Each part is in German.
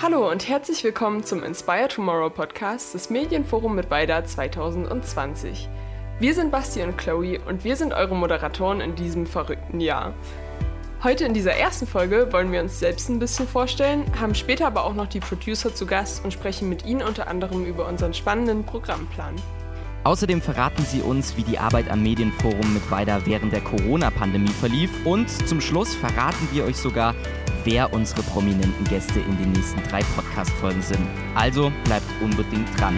Hallo und herzlich willkommen zum Inspire Tomorrow Podcast des Medienforum Mittweida 2020. Wir sind Basti und Chloe und wir sind eure Moderatoren in diesem verrückten Jahr. Heute in dieser ersten Folge wollen wir uns selbst ein bisschen vorstellen, haben später aber auch noch die Producer zu Gast und sprechen mit ihnen unter anderem über unseren spannenden Programmplan. Außerdem verraten sie uns, wie die Arbeit am Medienforum Mittweida während der Corona-Pandemie verlief. Und zum Schluss verraten wir euch sogar, wer unsere prominenten Gäste in den nächsten 3 Podcast-Folgen sind. Also bleibt unbedingt dran.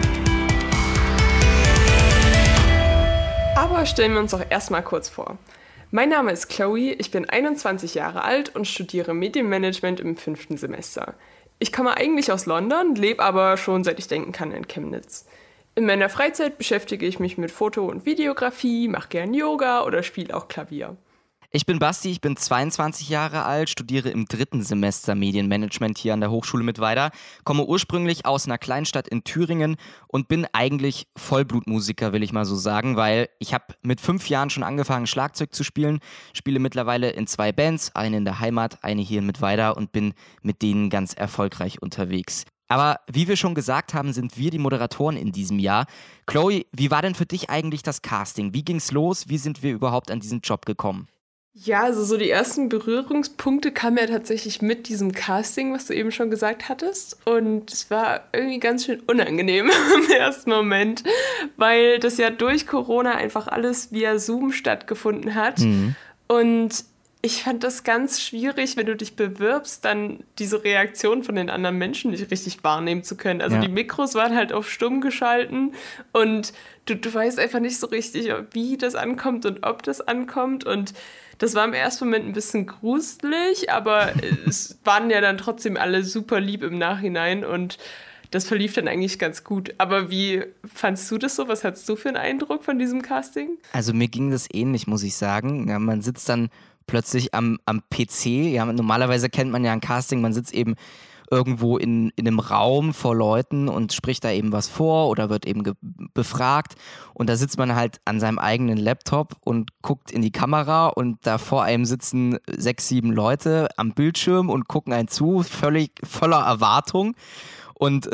Aber stellen wir uns doch erstmal kurz vor. Mein Name ist Chloe, ich bin 21 Jahre alt und studiere Medienmanagement im 5. Semester. Ich komme eigentlich aus London, lebe aber schon seit ich denken kann in Chemnitz. In meiner Freizeit beschäftige ich mich mit Foto- und Videografie, mache gern Yoga oder spiele auch Klavier. Ich bin Basti, ich bin 22 Jahre alt, studiere im 3. Semester Medienmanagement hier an der Hochschule Mittweida, komme ursprünglich aus einer Kleinstadt in Thüringen und bin eigentlich Vollblutmusiker, will ich mal so sagen, weil ich habe mit 5 Jahren schon angefangen, Schlagzeug zu spielen, spiele mittlerweile in 2 Bands, eine in der Heimat, eine hier in Mittweida und bin mit denen ganz erfolgreich unterwegs. Aber wie wir schon gesagt haben, sind wir die Moderatoren in diesem Jahr. Chloe, wie war denn für dich eigentlich das Casting? Wie ging's los? Wie sind wir überhaupt an diesen Job gekommen? Ja, also so die ersten Berührungspunkte kamen ja tatsächlich mit diesem Casting, was du eben schon gesagt hattest. Und es war irgendwie ganz schön unangenehm im ersten Moment, weil das ja durch Corona einfach alles via Zoom stattgefunden hat. Und ich fand das ganz schwierig, wenn du dich bewirbst, dann diese Reaktion von den anderen Menschen nicht richtig wahrnehmen zu können. Also die Mikros waren halt auf stumm geschalten und du weißt einfach nicht so richtig, wie das ankommt und ob das ankommt. Und das war im ersten Moment ein bisschen gruselig, aber es waren ja dann trotzdem alle super lieb im Nachhinein und das verlief dann eigentlich ganz gut. Aber wie fandst du das so? Was hattest du für einen Eindruck von diesem Casting? Also mir ging das ähnlich, muss ich sagen. Ja, man sitzt dann plötzlich am PC. Ja, normalerweise kennt man ja ein Casting, man sitzt eben irgendwo in einem Raum vor Leuten und spricht da eben was vor oder wird eben befragt. Und da sitzt man halt an seinem eigenen Laptop und guckt in die Kamera und da vor einem sitzen 6, 7 Leute am Bildschirm und gucken einen zu, völlig voller Erwartung. Und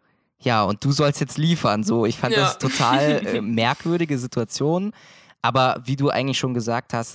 und du sollst jetzt liefern. So, ich fand das total merkwürdige Situation. Aber wie du eigentlich schon gesagt hast,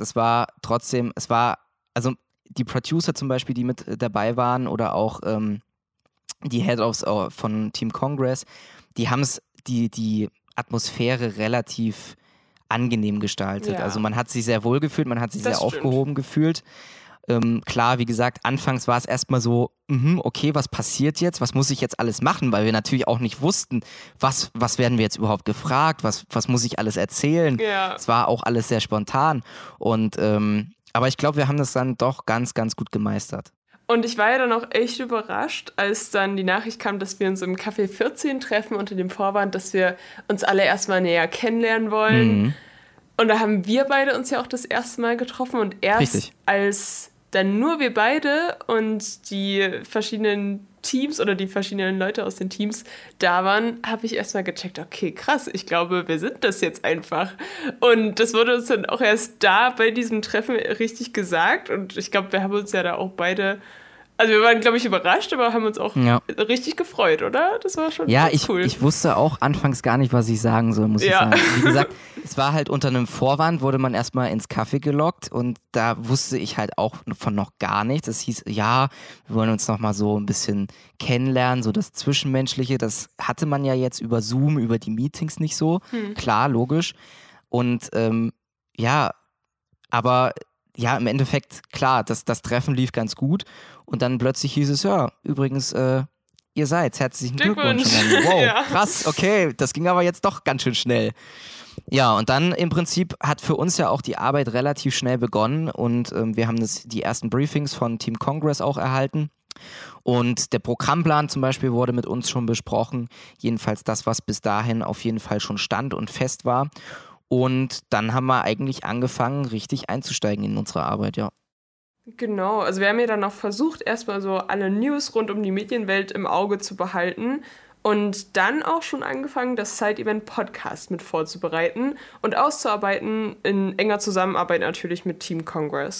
also die Producer zum Beispiel, die mit dabei waren oder auch die Head-Offs von Team Congress, die haben es die Atmosphäre relativ angenehm gestaltet. Ja. Also man hat sich sehr wohl gefühlt, man hat sich sehr aufgehoben gefühlt. Klar, wie gesagt, anfangs war es erstmal so, okay, was passiert jetzt? Was muss ich jetzt alles machen? Weil wir natürlich auch nicht wussten, was werden wir jetzt überhaupt gefragt? Was muss ich alles erzählen? Ja. Es war auch alles sehr spontan. Und aber ich glaube, wir haben das dann doch ganz, ganz gut gemeistert. Und ich war ja dann auch echt überrascht, als dann die Nachricht kam, dass wir uns im Café 14 treffen unter dem Vorwand, dass wir uns alle erstmal näher kennenlernen wollen. Und da haben wir beide uns ja auch das erste Mal getroffen und erst als dann nur wir beide und die verschiedenen Teams oder die verschiedenen Leute aus den Teams da waren, habe ich erstmal gecheckt, okay, krass, ich glaube, wir sind das jetzt einfach. Und das wurde uns dann auch erst da bei diesem Treffen richtig gesagt und ich glaube, wir haben uns ja da auch beide, also wir waren, glaube ich, überrascht, aber haben uns auch richtig gefreut, oder? Das war schon cool. Ich wusste auch anfangs gar nicht, was ich sagen soll, muss ich sagen. Wie gesagt, es war halt unter einem Vorwand, wurde man erstmal ins Café gelockt und da wusste ich halt auch von noch gar nichts. Es hieß, wir wollen uns noch mal so ein bisschen kennenlernen, so das Zwischenmenschliche, das hatte man ja jetzt über Zoom, über die Meetings nicht so. Klar, logisch. Und aber im Endeffekt, klar, das Treffen lief ganz gut und dann plötzlich hieß es, übrigens, ihr seid, herzlichen Glückwunsch. Und dann, wow, krass, okay, das ging aber jetzt doch ganz schön schnell. Ja, und dann im Prinzip hat für uns ja auch die Arbeit relativ schnell begonnen und wir haben die ersten Briefings von Team Congress auch erhalten. Und der Programmplan zum Beispiel wurde mit uns schon besprochen, jedenfalls das, was bis dahin auf jeden Fall schon stand und fest war. Und dann haben wir eigentlich angefangen, richtig einzusteigen in unsere Arbeit, ja. Genau, also wir haben ja dann auch versucht, erstmal so alle News rund um die Medienwelt im Auge zu behalten und dann auch schon angefangen, das Side-Event Podcast mit vorzubereiten und auszuarbeiten in enger Zusammenarbeit natürlich mit Team Congress.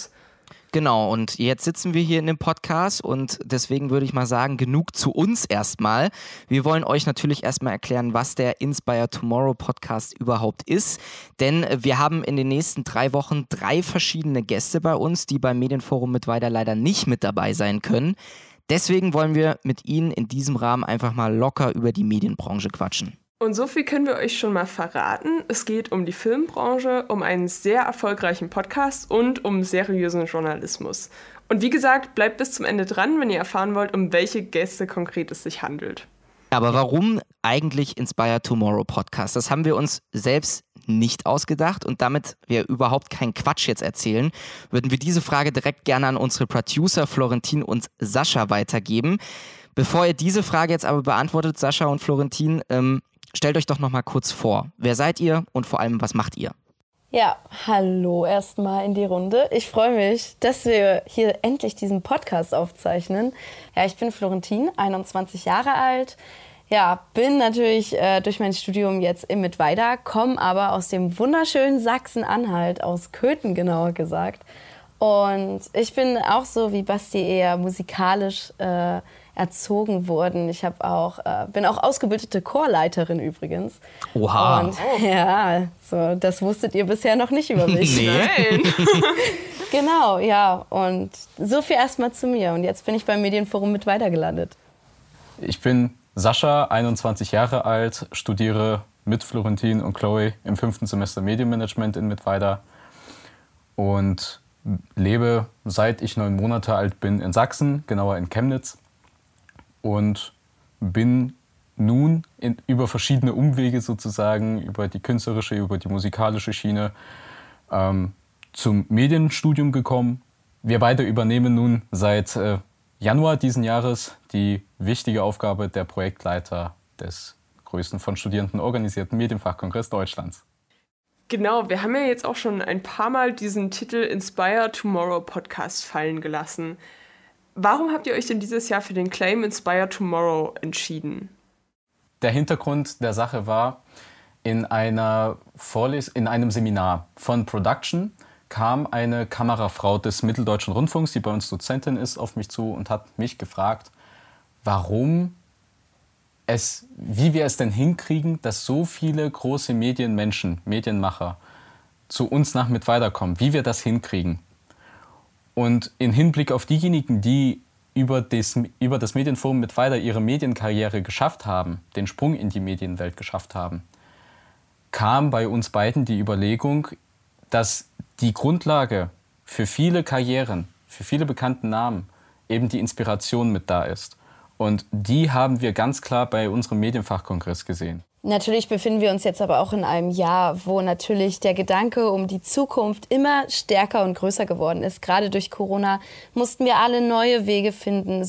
Genau, und jetzt sitzen wir hier in dem Podcast und deswegen würde ich mal sagen, genug zu uns erstmal. Wir wollen euch natürlich erstmal erklären, was der Inspire Tomorrow Podcast überhaupt ist, denn wir haben in den nächsten 3 Wochen 3 verschiedene Gäste bei uns, die beim Medienforum Mittweida leider nicht mit dabei sein können. Deswegen wollen wir mit Ihnen in diesem Rahmen einfach mal locker über die Medienbranche quatschen. Und so viel können wir euch schon mal verraten. Es geht um die Filmbranche, um einen sehr erfolgreichen Podcast und um seriösen Journalismus. Und wie gesagt, bleibt bis zum Ende dran, wenn ihr erfahren wollt, um welche Gäste konkret es sich handelt. Aber warum eigentlich Inspire Tomorrow Podcast? Das haben wir uns selbst nicht ausgedacht und damit wir überhaupt keinen Quatsch jetzt erzählen, würden wir diese Frage direkt gerne an unsere Producer Florentin und Sascha weitergeben. Bevor ihr diese Frage jetzt aber beantwortet, Sascha und Florentin, stellt euch doch noch mal kurz vor. Wer seid ihr und vor allem, was macht ihr? Ja, hallo erstmal in die Runde. Ich freue mich, dass wir hier endlich diesen Podcast aufzeichnen. Ja, ich bin Florentin, 21 Jahre alt. Ja, bin natürlich durch mein Studium jetzt in Mittweida, komme aber aus dem wunderschönen Sachsen-Anhalt, aus Köthen genauer gesagt. Und ich bin auch so wie Basti eher musikalisch erzogen worden. Ich bin auch ausgebildete Chorleiterin übrigens. Oha. Und ja, so, das wusstet ihr bisher noch nicht über mich. Nee. Nein. Genau, ja. Und so viel erstmal zu mir. Und jetzt bin ich beim Medienforum Mittweida gelandet. Ich bin Sascha, 21 Jahre alt, studiere mit Florentin und Chloe im 5. Semester Medienmanagement in Mittweida und lebe, seit ich 9 Monate alt bin, in Sachsen, genauer in Chemnitz. Und bin nun über verschiedene Umwege sozusagen, über die künstlerische, über die musikalische Schiene zum Medienstudium gekommen. Wir beide übernehmen nun seit Januar diesen Jahres die wichtige Aufgabe der Projektleiter des größten von Studierenden organisierten Medienfachkongress Deutschlands. Genau, wir haben ja jetzt auch schon ein paar Mal diesen Titel Inspire Tomorrow Podcast fallen gelassen. Warum habt ihr euch denn dieses Jahr für den Claim Inspire Tomorrow entschieden? Der Hintergrund der Sache war, in einem Seminar von Production kam eine Kamerafrau des Mitteldeutschen Rundfunks, die bei uns Dozentin ist, auf mich zu und hat mich gefragt, wie wir es denn hinkriegen, dass so viele große Medienmenschen, Medienmacher zu uns nach Mittweida kommen, wie wir das hinkriegen. Und in Hinblick auf diejenigen, die über das Medienforum Mittweida ihre Medienkarriere geschafft haben, den Sprung in die Medienwelt geschafft haben, kam bei uns beiden die Überlegung, dass die Grundlage für viele Karrieren, für viele bekannte Namen eben die Inspiration mit da ist. Und die haben wir ganz klar bei unserem Medienfachkongress gesehen. Natürlich befinden wir uns jetzt aber auch in einem Jahr, wo natürlich der Gedanke um die Zukunft immer stärker und größer geworden ist. Gerade durch Corona mussten wir alle neue Wege finden.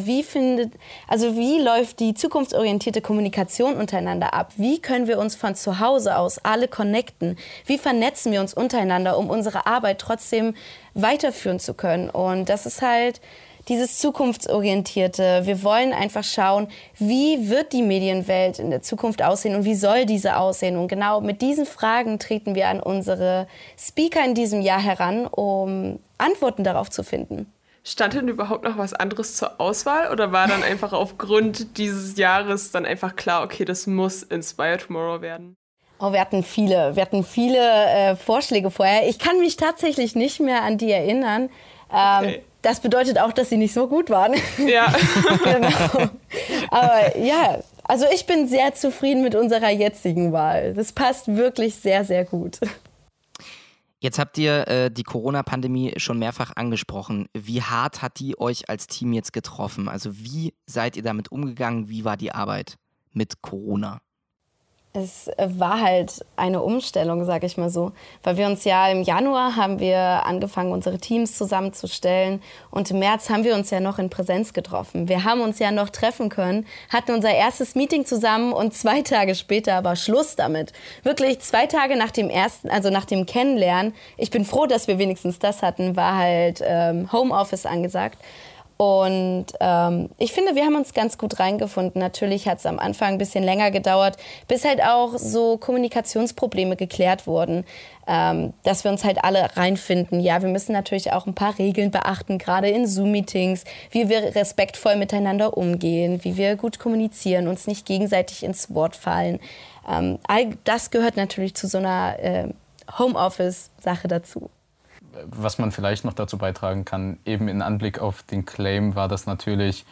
Wie läuft die zukunftsorientierte Kommunikation untereinander ab? Wie können wir uns von zu Hause aus alle connecten? Wie vernetzen wir uns untereinander, um unsere Arbeit trotzdem weiterführen zu können? Und das ist halt dieses Zukunftsorientierte. Wir wollen einfach schauen, wie wird die Medienwelt in der Zukunft aussehen und wie soll diese aussehen? Und genau mit diesen Fragen treten wir an unsere Speaker in diesem Jahr heran, um Antworten darauf zu finden. Stand denn überhaupt noch was anderes zur Auswahl oder war dann einfach aufgrund dieses Jahres dann einfach klar, okay, das muss Inspire Tomorrow werden? Oh, wir hatten viele Vorschläge vorher. Ich kann mich tatsächlich nicht mehr an die erinnern. Okay. Das bedeutet auch, dass sie nicht so gut waren. Ja. Genau. Aber ja, also ich bin sehr zufrieden mit unserer jetzigen Wahl. Das passt wirklich sehr, sehr gut. Jetzt habt ihr die Corona-Pandemie schon mehrfach angesprochen. Wie hart hat die euch als Team jetzt getroffen? Also wie seid ihr damit umgegangen? Wie war die Arbeit mit Corona? Es war halt eine Umstellung, sag ich mal so, weil wir uns ja im Januar haben wir angefangen, unsere Teams zusammenzustellen und im März haben wir uns ja noch in Präsenz getroffen. Wir haben uns ja noch treffen können, hatten unser erstes Meeting zusammen und 2 Tage später war Schluss damit. Wirklich 2 Tage nach dem nach dem Kennenlernen, ich bin froh, dass wir wenigstens das hatten, war halt Homeoffice angesagt. Und ich finde, wir haben uns ganz gut reingefunden. Natürlich hat es am Anfang ein bisschen länger gedauert, bis halt auch so Kommunikationsprobleme geklärt wurden, dass wir uns halt alle reinfinden. Ja, wir müssen natürlich auch ein paar Regeln beachten, gerade in Zoom-Meetings, wie wir respektvoll miteinander umgehen, wie wir gut kommunizieren, uns nicht gegenseitig ins Wort fallen. All das gehört natürlich zu so einer Homeoffice-Sache dazu. Was man vielleicht noch dazu beitragen kann, eben in Anblick auf den Claim, war das natürlich,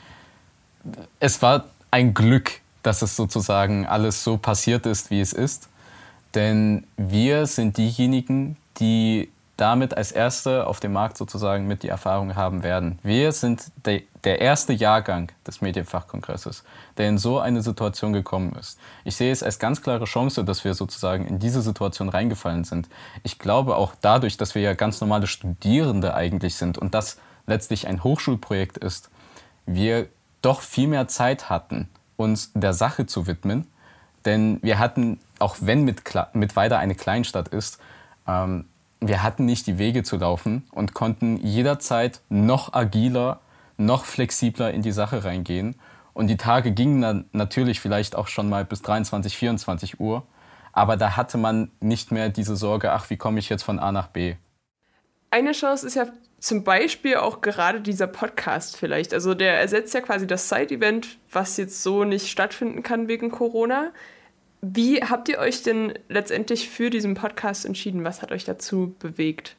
es war ein Glück, dass es sozusagen alles so passiert ist, wie es ist. Denn wir sind diejenigen, die damit als Erste auf dem Markt sozusagen mit die Erfahrung haben werden. Wir sind der erste Jahrgang des Medienfachkongresses, der in so eine Situation gekommen ist. Ich sehe es als ganz klare Chance, dass wir sozusagen in diese Situation reingefallen sind. Ich glaube auch dadurch, dass wir ja ganz normale Studierende eigentlich sind und das letztlich ein Hochschulprojekt ist, wir doch viel mehr Zeit hatten, uns der Sache zu widmen. Denn wir hatten, auch wenn Mittweida eine Kleinstadt ist, wir hatten nicht die Wege zu laufen und konnten jederzeit noch agiler, noch flexibler in die Sache reingehen. Und die Tage gingen dann natürlich vielleicht auch schon mal bis 23, 24 Uhr. Aber da hatte man nicht mehr diese Sorge, ach, wie komme ich jetzt von A nach B? Eine Chance ist ja zum Beispiel auch gerade dieser Podcast vielleicht. Also der ersetzt ja quasi das Side-Event, was jetzt so nicht stattfinden kann wegen Corona. Wie habt ihr euch denn letztendlich für diesen Podcast entschieden? Was hat euch dazu bewegt?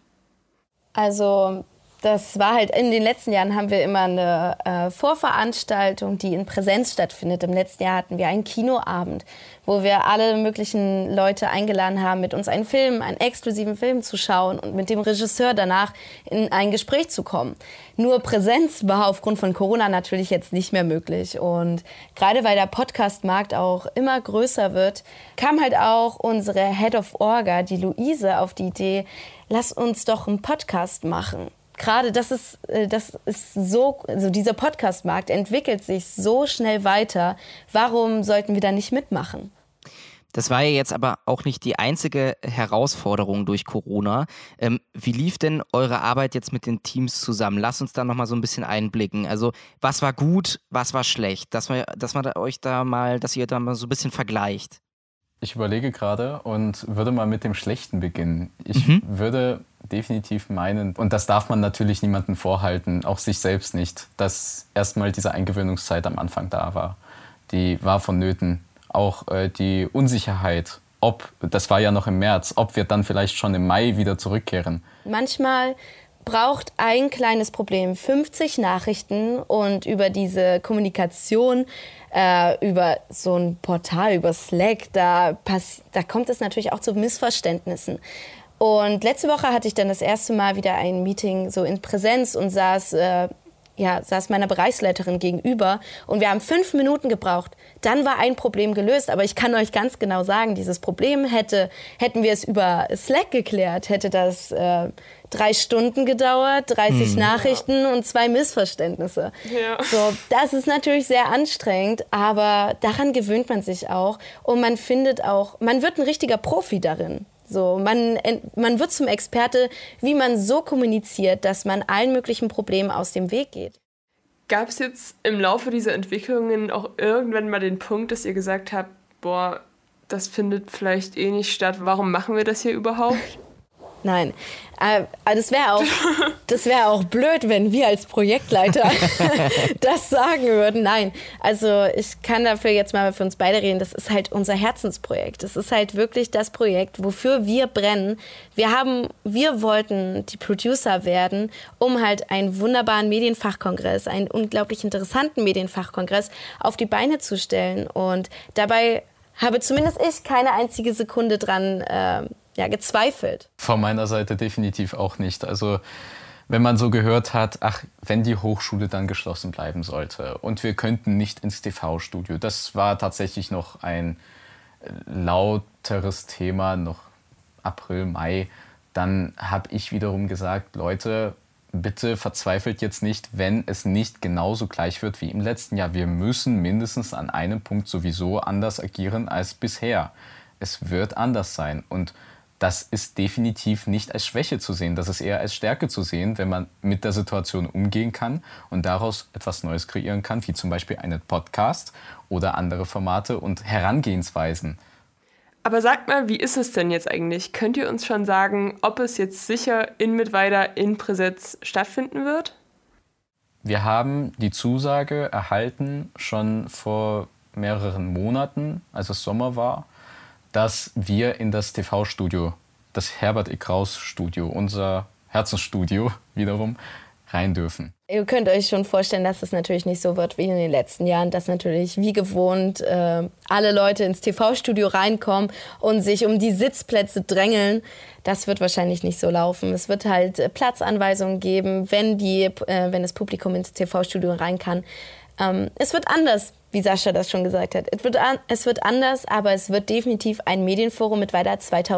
Also das war halt, in den letzten Jahren haben wir immer eine Vorveranstaltung, die in Präsenz stattfindet. Im letzten Jahr hatten wir einen Kinoabend, wo wir alle möglichen Leute eingeladen haben, mit uns einen exklusiven Film zu schauen und mit dem Regisseur danach in ein Gespräch zu kommen. Nur Präsenz war aufgrund von Corona natürlich jetzt nicht mehr möglich. Und gerade weil der Podcast-Markt auch immer größer wird, kam halt auch unsere Head of Orga, die Luise, auf die Idee, lass uns doch einen Podcast machen. Gerade das ist so, also dieser Podcast-Markt entwickelt sich so schnell weiter. Warum sollten wir da nicht mitmachen? Das war ja jetzt aber auch nicht die einzige Herausforderung durch Corona. Wie lief denn eure Arbeit jetzt mit den Teams zusammen? Lasst uns da nochmal so ein bisschen einblicken. Also was war gut, was war schlecht? Dass ihr da mal so ein bisschen vergleicht. Ich überlege gerade und würde mal mit dem Schlechten beginnen. Ich würde definitiv meinen, und das darf man natürlich niemandem vorhalten, auch sich selbst nicht, dass erstmal diese Eingewöhnungszeit am Anfang da war. Die war vonnöten. Auch die Unsicherheit, das war ja noch im März, ob wir dann vielleicht schon im Mai wieder zurückkehren. Manchmal braucht ein kleines Problem 50 Nachrichten und über diese Kommunikation, über so ein Portal, über Slack, da kommt es natürlich auch zu Missverständnissen. Und letzte Woche hatte ich dann das erste Mal wieder ein Meeting so in Präsenz und saß meiner Bereichsleiterin gegenüber und wir haben 5 Minuten gebraucht. Dann war ein Problem gelöst, aber ich kann euch ganz genau sagen, dieses Problem hätten wir es über Slack geklärt, hätte das 3 Stunden gedauert, 30 Nachrichten und 2 Missverständnisse. Ja. So, das ist natürlich sehr anstrengend, aber daran gewöhnt man sich auch und man wird ein richtiger Profi darin. So, man wird zum Experte, wie man so kommuniziert, dass man allen möglichen Problemen aus dem Weg geht. Gab es jetzt im Laufe dieser Entwicklungen auch irgendwann mal den Punkt, dass ihr gesagt habt, boah, das findet vielleicht eh nicht statt, warum machen wir das hier überhaupt? Nein, das wäre auch blöd, wenn wir als Projektleiter das sagen würden. Nein, also ich kann dafür jetzt mal für uns beide reden, das ist halt unser Herzensprojekt. Das ist halt wirklich das Projekt, wofür wir brennen. Wir wollten die Producer werden, um halt einen wunderbaren Medienfachkongress, einen unglaublich interessanten Medienfachkongress auf die Beine zu stellen. Und dabei habe zumindest ich keine einzige Sekunde dran gezweifelt. Von meiner Seite definitiv auch nicht. Also wenn man so gehört hat, ach, wenn die Hochschule dann geschlossen bleiben sollte und wir könnten nicht ins TV-Studio, das war tatsächlich noch ein lauteres Thema, noch April, Mai, dann habe ich wiederum gesagt, Leute, bitte verzweifelt jetzt nicht, wenn es nicht genauso gleich wird wie im letzten Jahr. Wir müssen mindestens an einem Punkt sowieso anders agieren als bisher. Es wird anders sein und das ist definitiv nicht als Schwäche zu sehen. Das ist eher als Stärke zu sehen, wenn man mit der Situation umgehen kann und daraus etwas Neues kreieren kann, wie zum Beispiel einen Podcast oder andere Formate und Herangehensweisen. Aber sagt mal, wie ist es denn jetzt eigentlich? Könnt ihr uns schon sagen, ob es jetzt sicher in Mittweida in Präsenz stattfinden wird? Wir haben die Zusage erhalten, schon vor mehreren Monaten, als es Sommer war, dass wir in das TV-Studio, das Herbert E. Kraus-Studio, unser Herzensstudio wiederum, rein dürfen. Ihr könnt euch schon vorstellen, dass es natürlich nicht so wird wie in den letzten Jahren, dass natürlich wie gewohnt alle Leute ins TV-Studio reinkommen und sich um die Sitzplätze drängeln. Das wird wahrscheinlich nicht so laufen. Es wird halt Platzanweisungen geben, wenn das Publikum ins TV-Studio rein kann. Es wird anders, wie Sascha das schon gesagt hat. Es wird anders, aber es wird definitiv ein Medienforum Mittweida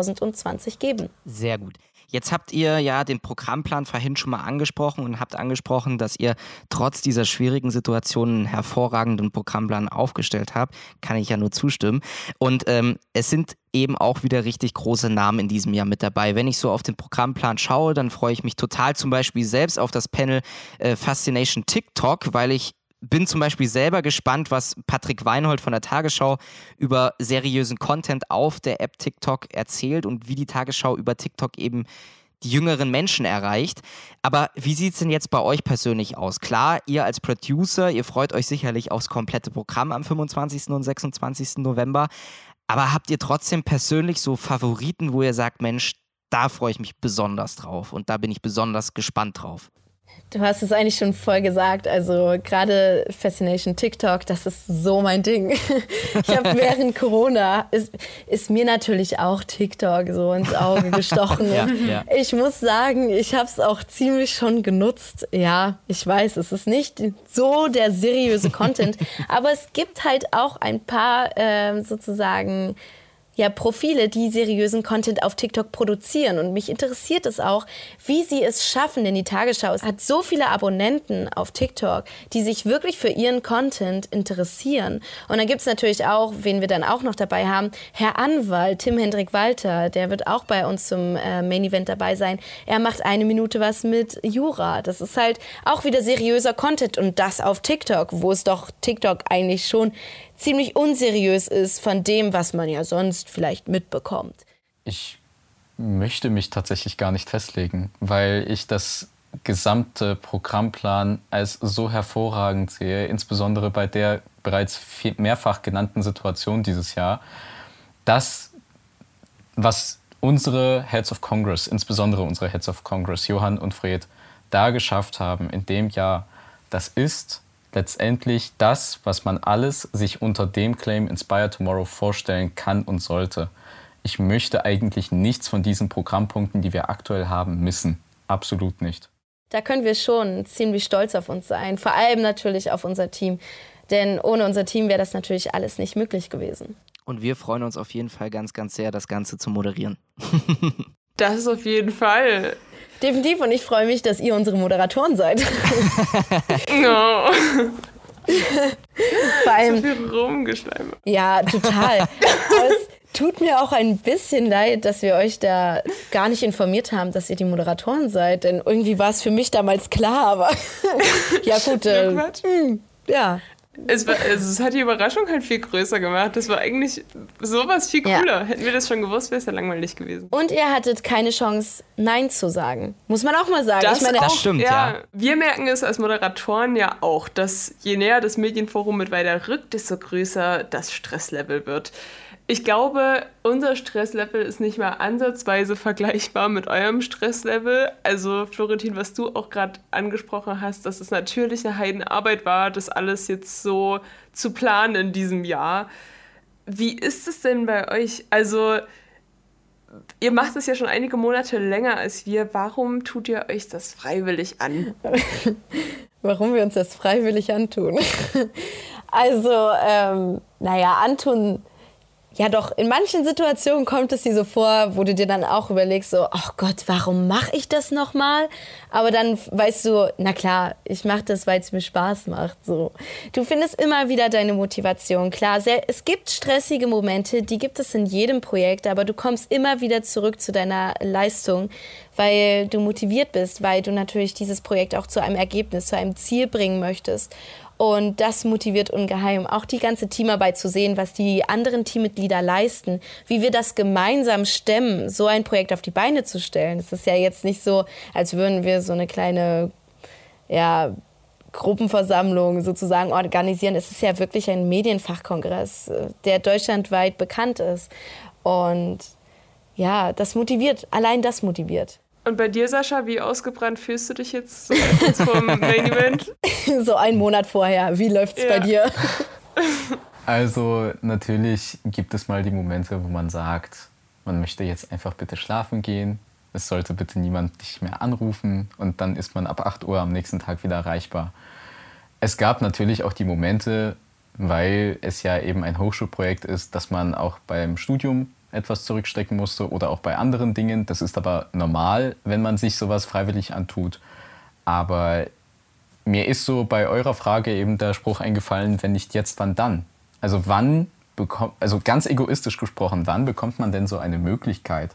2020 geben. Sehr gut. Jetzt habt ihr ja den Programmplan vorhin schon mal angesprochen und habt angesprochen, dass ihr trotz dieser schwierigen Situation einen hervorragenden Programmplan aufgestellt habt. Kann ich ja nur zustimmen. Und es sind eben auch wieder richtig große Namen in diesem Jahr mit dabei. Wenn ich so auf den Programmplan schaue, dann freue ich mich total zum Beispiel selbst auf das Panel Fascination TikTok, weil ich bin zum Beispiel selber gespannt, was Patrick Weinhold von der Tagesschau über seriösen Content auf der App TikTok erzählt und wie die Tagesschau über TikTok eben die jüngeren Menschen erreicht. Aber wie sieht es denn jetzt bei euch persönlich aus? Klar, ihr als Producer, ihr freut euch sicherlich aufs komplette Programm am 25. und 26. November. Aber habt ihr trotzdem persönlich so Favoriten, wo ihr sagt, Mensch, da freue ich mich besonders drauf und da bin ich besonders gespannt drauf? Du hast es eigentlich schon voll gesagt, also gerade Fascination TikTok, das ist so mein Ding. Ich habe während Corona, ist mir natürlich auch TikTok so ins Auge gestochen. Ja. Ich muss sagen, ich habe es auch ziemlich schon genutzt. Ja, ich weiß, es ist nicht so der seriöse Content, aber es gibt halt auch ein paar sozusagen Profile, die seriösen Content auf TikTok produzieren. Und mich interessiert es auch, wie sie es schaffen, denn die Tagesschau hat so viele Abonnenten auf TikTok, die sich wirklich für ihren Content interessieren. Und dann gibt es natürlich auch, wen wir dann auch noch dabei haben, Herr Anwalt, Tim-Hendrik Walter, der wird auch bei uns zum Main Event dabei sein. Er macht 1 Minute was mit Jura. Das ist halt auch wieder seriöser Content und das auf TikTok, wo es doch TikTok eigentlich schon ziemlich unseriös ist von dem, was man ja sonst vielleicht mitbekommt. Ich möchte mich tatsächlich gar nicht festlegen, weil ich das gesamte Programmplan als so hervorragend sehe, insbesondere bei der bereits mehrfach genannten Situation dieses Jahr, das, was unsere Heads of Congress, insbesondere unsere Heads of Congress, Johann und Fred, da geschafft haben in dem Jahr, das ist letztendlich das, was man alles sich unter dem Claim Inspire Tomorrow vorstellen kann und sollte. Ich möchte eigentlich nichts von diesen Programmpunkten, die wir aktuell haben, missen. Absolut nicht. Da können wir schon ziemlich stolz auf uns sein. Vor allem natürlich auf unser Team. Denn ohne unser Team wäre das natürlich alles nicht möglich gewesen. Und wir freuen uns auf jeden Fall ganz, ganz sehr, das Ganze zu moderieren. Das ist auf jeden Fall. Definitiv, und ich freue mich, dass ihr unsere Moderatoren seid. No. Vor allem, so viel Rumgeschleime. Ja, total. Aber es tut mir auch ein bisschen leid, dass wir euch da gar nicht informiert haben, dass ihr die Moderatoren seid. Denn irgendwie war es für mich damals klar, aber ja gut. Ja. Es hat die Überraschung halt viel größer gemacht. Das war eigentlich sowas viel cooler. Ja. Hätten wir das schon gewusst, wäre es ja langweilig gewesen. Und ihr hattet keine Chance, Nein zu sagen. Muss man auch mal sagen. Das stimmt, ja. Wir merken es als Moderatoren ja auch, dass je näher das Medienforum Mittweida rückt, desto größer das Stresslevel wird. Ich glaube, unser Stresslevel ist nicht mal ansatzweise vergleichbar mit eurem Stresslevel. Also Florentin, was du auch gerade angesprochen hast, dass es natürlich eine Heidenarbeit war, das alles jetzt so zu planen in diesem Jahr. Wie ist es denn bei euch? Also ihr macht es ja schon einige Monate länger als wir. Warum tut ihr euch das freiwillig an? Warum wir uns das freiwillig antun? Also, antun Ja doch, in manchen Situationen kommt es dir so vor, wo du dir dann auch überlegst, so, ach Gott, warum mache ich das nochmal? Aber dann weißt du, na klar, ich mache das, weil es mir Spaß macht. So. Du findest immer wieder deine Motivation. Klar, es gibt stressige Momente, die gibt es in jedem Projekt, aber du kommst immer wieder zurück zu deiner Leistung, weil du motiviert bist, weil du natürlich dieses Projekt auch zu einem Ergebnis, zu einem Ziel bringen möchtest. Und das motiviert ungeheim. Auch die ganze Teamarbeit zu sehen, was die anderen Teammitglieder leisten, wie wir das gemeinsam stemmen, so ein Projekt auf die Beine zu stellen. Es ist ja jetzt nicht so, als würden wir so eine kleine Gruppenversammlung sozusagen organisieren. Es ist ja wirklich ein Medienfachkongress, der deutschlandweit bekannt ist. Und ja, das motiviert, allein das motiviert. Und bei dir, Sascha, wie ausgebrannt fühlst du dich jetzt so kurz vorm Main Event? So einen Monat vorher. Wie läuft's bei dir? Also natürlich gibt es mal die Momente, wo man sagt, man möchte jetzt einfach bitte schlafen gehen. Es sollte bitte niemand dich mehr anrufen. Und dann ist man ab 8 Uhr am nächsten Tag wieder erreichbar. Es gab natürlich auch die Momente, weil es ja eben ein Hochschulprojekt ist, dass man auch beim Studium etwas zurückstecken musste oder auch bei anderen Dingen. Das ist aber normal, wenn man sich sowas freiwillig antut. Aber mir ist so bei eurer Frage eben der Spruch eingefallen, wenn nicht jetzt, wann dann? Also ganz egoistisch gesprochen, wann bekommt man denn so eine Möglichkeit,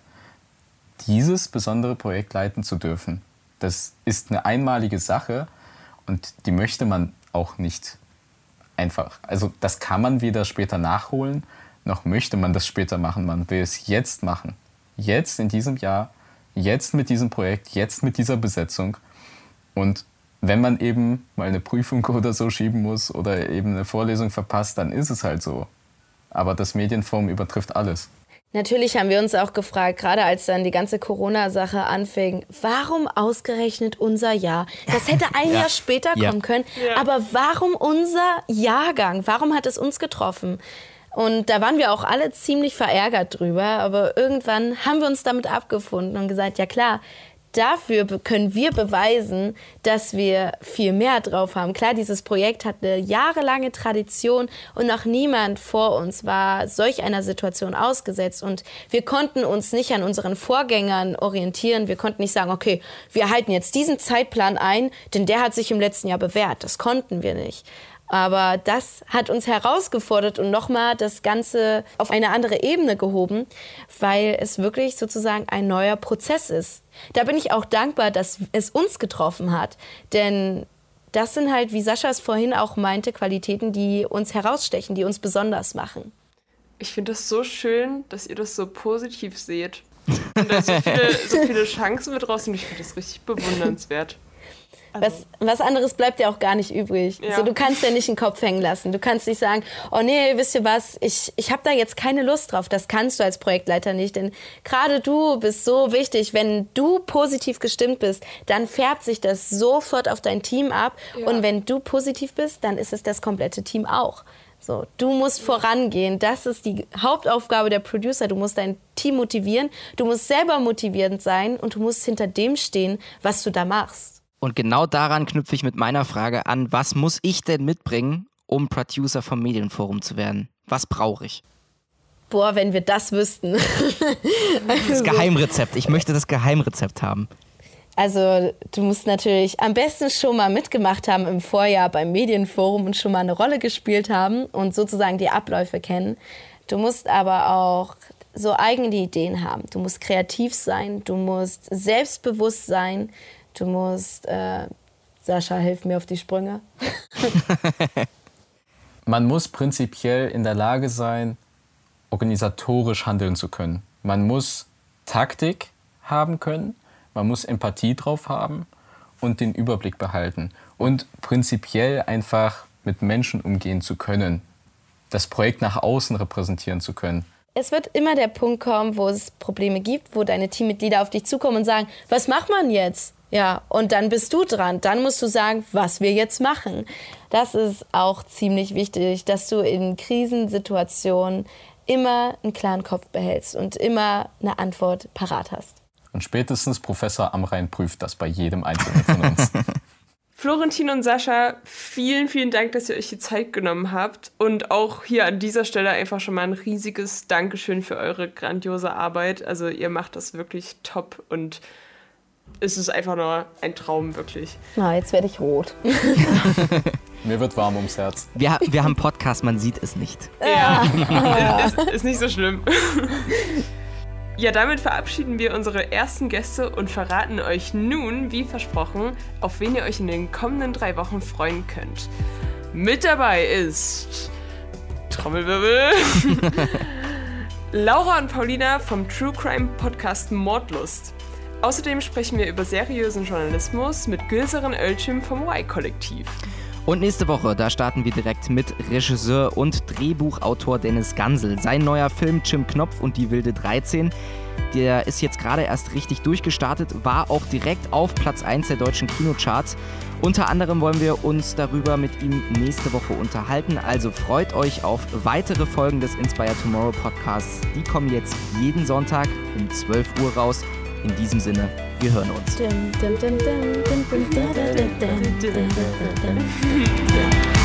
dieses besondere Projekt leiten zu dürfen? Das ist eine einmalige Sache und die möchte man auch nicht einfach. Also das kann man weder später nachholen, noch möchte man das später machen. Man will es jetzt machen. Jetzt in diesem Jahr, jetzt mit diesem Projekt, jetzt mit dieser Besetzung. Und wenn man eben mal eine Prüfung oder so schieben muss oder eben eine Vorlesung verpasst, dann ist es halt so. Aber das Medienforum übertrifft alles. Natürlich haben wir uns auch gefragt, gerade als dann die ganze Corona-Sache anfing, warum ausgerechnet unser Jahr? Das hätte ein Jahr später kommen können, aber warum unser Jahrgang? Warum hat es uns getroffen? Und da waren wir auch alle ziemlich verärgert drüber, aber irgendwann haben wir uns damit abgefunden und gesagt, ja klar, dafür können wir beweisen, dass wir viel mehr drauf haben. Klar, dieses Projekt hat eine jahrelange Tradition und noch niemand vor uns war solch einer Situation ausgesetzt. Und wir konnten uns nicht an unseren Vorgängern orientieren. Wir konnten nicht sagen, okay, wir halten jetzt diesen Zeitplan ein, denn der hat sich im letzten Jahr bewährt. Das konnten wir nicht. Aber das hat uns herausgefordert und nochmal das Ganze auf eine andere Ebene gehoben, weil es wirklich sozusagen ein neuer Prozess ist. Da bin ich auch dankbar, dass es uns getroffen hat. Denn das sind halt, wie Sascha es vorhin auch meinte, Qualitäten, die uns herausstechen, die uns besonders machen. Ich finde das so schön, dass ihr das so positiv seht. Und da so viele Chancen mit raus. Und ich finde das richtig bewundernswert. Was anderes bleibt ja auch gar nicht übrig. Ja. So, du kannst ja nicht den Kopf hängen lassen. Du kannst nicht sagen, oh nee, wisst ihr was, ich habe da jetzt keine Lust drauf. Das kannst du als Projektleiter nicht. Denn gerade du bist so wichtig. Wenn du positiv gestimmt bist, dann färbt sich das sofort auf dein Team ab. Ja. Und wenn du positiv bist, dann ist es das komplette Team auch. So, du musst vorangehen. Das ist die Hauptaufgabe der Producer. Du musst dein Team motivieren. Du musst selber motivierend sein und du musst hinter dem stehen, was du da machst. Und genau daran knüpfe ich mit meiner Frage an, was muss ich denn mitbringen, um Producer vom Medienforum zu werden? Was brauche ich? Boah, wenn wir das wüssten. Das Geheimrezept. Ich möchte das Geheimrezept haben. Also du musst natürlich am besten schon mal mitgemacht haben im Vorjahr beim Medienforum und schon mal eine Rolle gespielt haben und sozusagen die Abläufe kennen. Du musst aber auch so eigene Ideen haben. Du musst kreativ sein, du musst selbstbewusst sein. Du musst, Sascha, hilf mir auf die Sprünge. Man muss prinzipiell in der Lage sein, organisatorisch handeln zu können. Man muss Taktik haben können, man muss Empathie drauf haben und den Überblick behalten. Und prinzipiell einfach mit Menschen umgehen zu können, das Projekt nach außen repräsentieren zu können. Es wird immer der Punkt kommen, wo es Probleme gibt, wo deine Teammitglieder auf dich zukommen und sagen, was macht man jetzt? Ja, und dann bist du dran. Dann musst du sagen, was wir jetzt machen. Das ist auch ziemlich wichtig, dass du in Krisensituationen immer einen klaren Kopf behältst und immer eine Antwort parat hast. Und spätestens Professor Amrein prüft das bei jedem Einzelnen von uns. Florentin und Sascha, vielen, vielen Dank, dass ihr euch die Zeit genommen habt. Und auch hier an dieser Stelle einfach schon mal ein riesiges Dankeschön für eure grandiose Arbeit. Also ihr macht das wirklich top und es ist einfach nur ein Traum, wirklich. Na, jetzt werde ich rot. Mir wird warm ums Herz. Wir haben einen Podcast, man sieht es nicht. Ja, ist nicht so schlimm. Ja, damit verabschieden wir unsere ersten Gäste und verraten euch nun, wie versprochen, auf wen ihr euch in den kommenden 3 Wochen freuen könnt. Mit dabei ist Trommelwirbel Laura und Paulina vom True Crime Podcast Mordlust. Außerdem sprechen wir über seriösen Journalismus mit Gülseren Ölçüm vom Y-Kollektiv. Und nächste Woche, da starten wir direkt mit Regisseur und Drehbuchautor Dennis Gansel. Sein neuer Film Jim Knopf und die wilde 13, der ist jetzt gerade erst richtig durchgestartet, war auch direkt auf Platz 1 der deutschen Kinocharts. Unter anderem wollen wir uns darüber mit ihm nächste Woche unterhalten. Also freut euch auf weitere Folgen des Inspire Tomorrow Podcasts. Die kommen jetzt jeden Sonntag um 12 Uhr raus. In diesem Sinne, wir hören uns.